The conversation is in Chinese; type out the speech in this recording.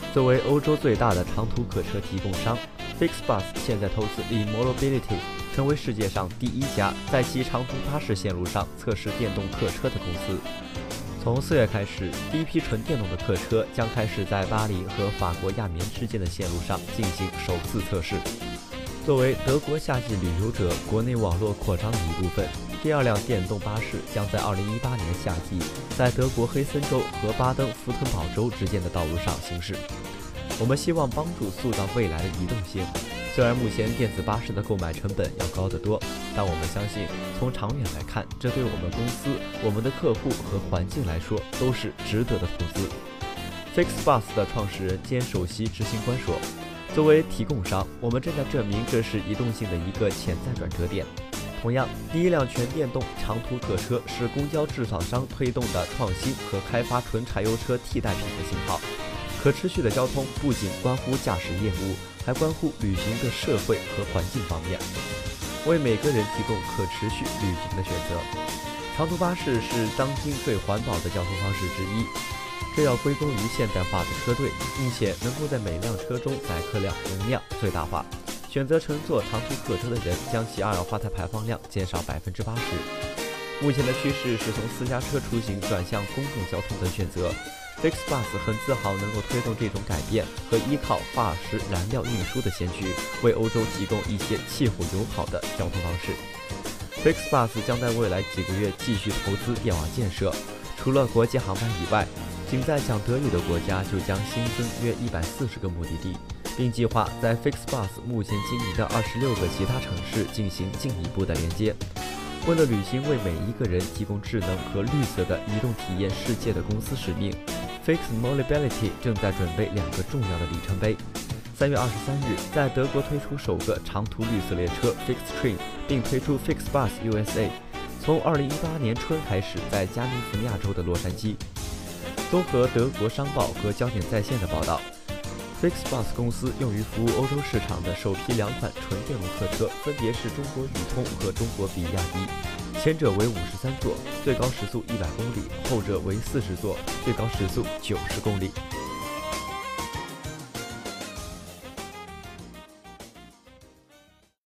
作为欧洲最大的长途客车提供商 ，FlixBus 现在投资 eMobility， 成为世界上第一家在其长途巴士线路上测试电动客车的公司。从4月开始，第一批纯电动的客车将开始在巴黎和法国亚眠之间的线路上进行首次测试。作为德国夏季旅游者国内网络扩张的一部分，第2辆电动巴士将在2018年夏季在德国黑森州和巴登符腾堡州之间的道路上行驶。我们希望帮助塑造未来的移动性。虽然目前电子巴士的购买成本要高得多，但我们相信从长远来看，这对我们公司、我们的客户和环境来说都是值得的投资。FlixBus 的创始人兼首席执行官说，作为提供商，我们正在证明这是移动性的一个潜在转折点。同样，第1辆全电动长途客车是公交制造商推动的创新和开发纯柴油车替代品的信号。可持续的交通不仅关乎驾驶业务，还关乎旅行的社会和环境方面，为每个人提供可持续旅行的选择。长途巴士是当今最环保的交通方式之一，这要归功于现代化的车队，并且能够在每辆车中载客量容量最大化。选择乘坐长途客车的人将其二氧化碳排放量减少80%。目前的趋势是从私家车出行转向公共交通的选择。FlixBus 很自豪能够推动这种改变和依靠化石燃料运输的先驱，为欧洲提供一些气候友好的交通方式。FlixBus 将在未来几个月继续投资电网建设，除了国际航班以外，仅在讲德语的国家就将新增约140个目的地，并计划在 FlixBus 目前经营的26个其他城市进行进一步的连接。为了履行为每一个人提供智能和绿色的移动体验世界的公司使命， FlixMobility 正在准备2个重要的里程碑。3月23日，在德国推出首个长途绿色列车 FlixTrain， 并推出 FlixBus USA， 从2018年春开始在加利福尼亚州的洛杉矶。综合德国商报和焦点在线的报道， FlixBus 公司用于服务欧洲市场的首批2款纯电动客车分别是中国宇通和中国比亚迪，前者为53座，最高时速100公里，后者为40座，最高时速90公里。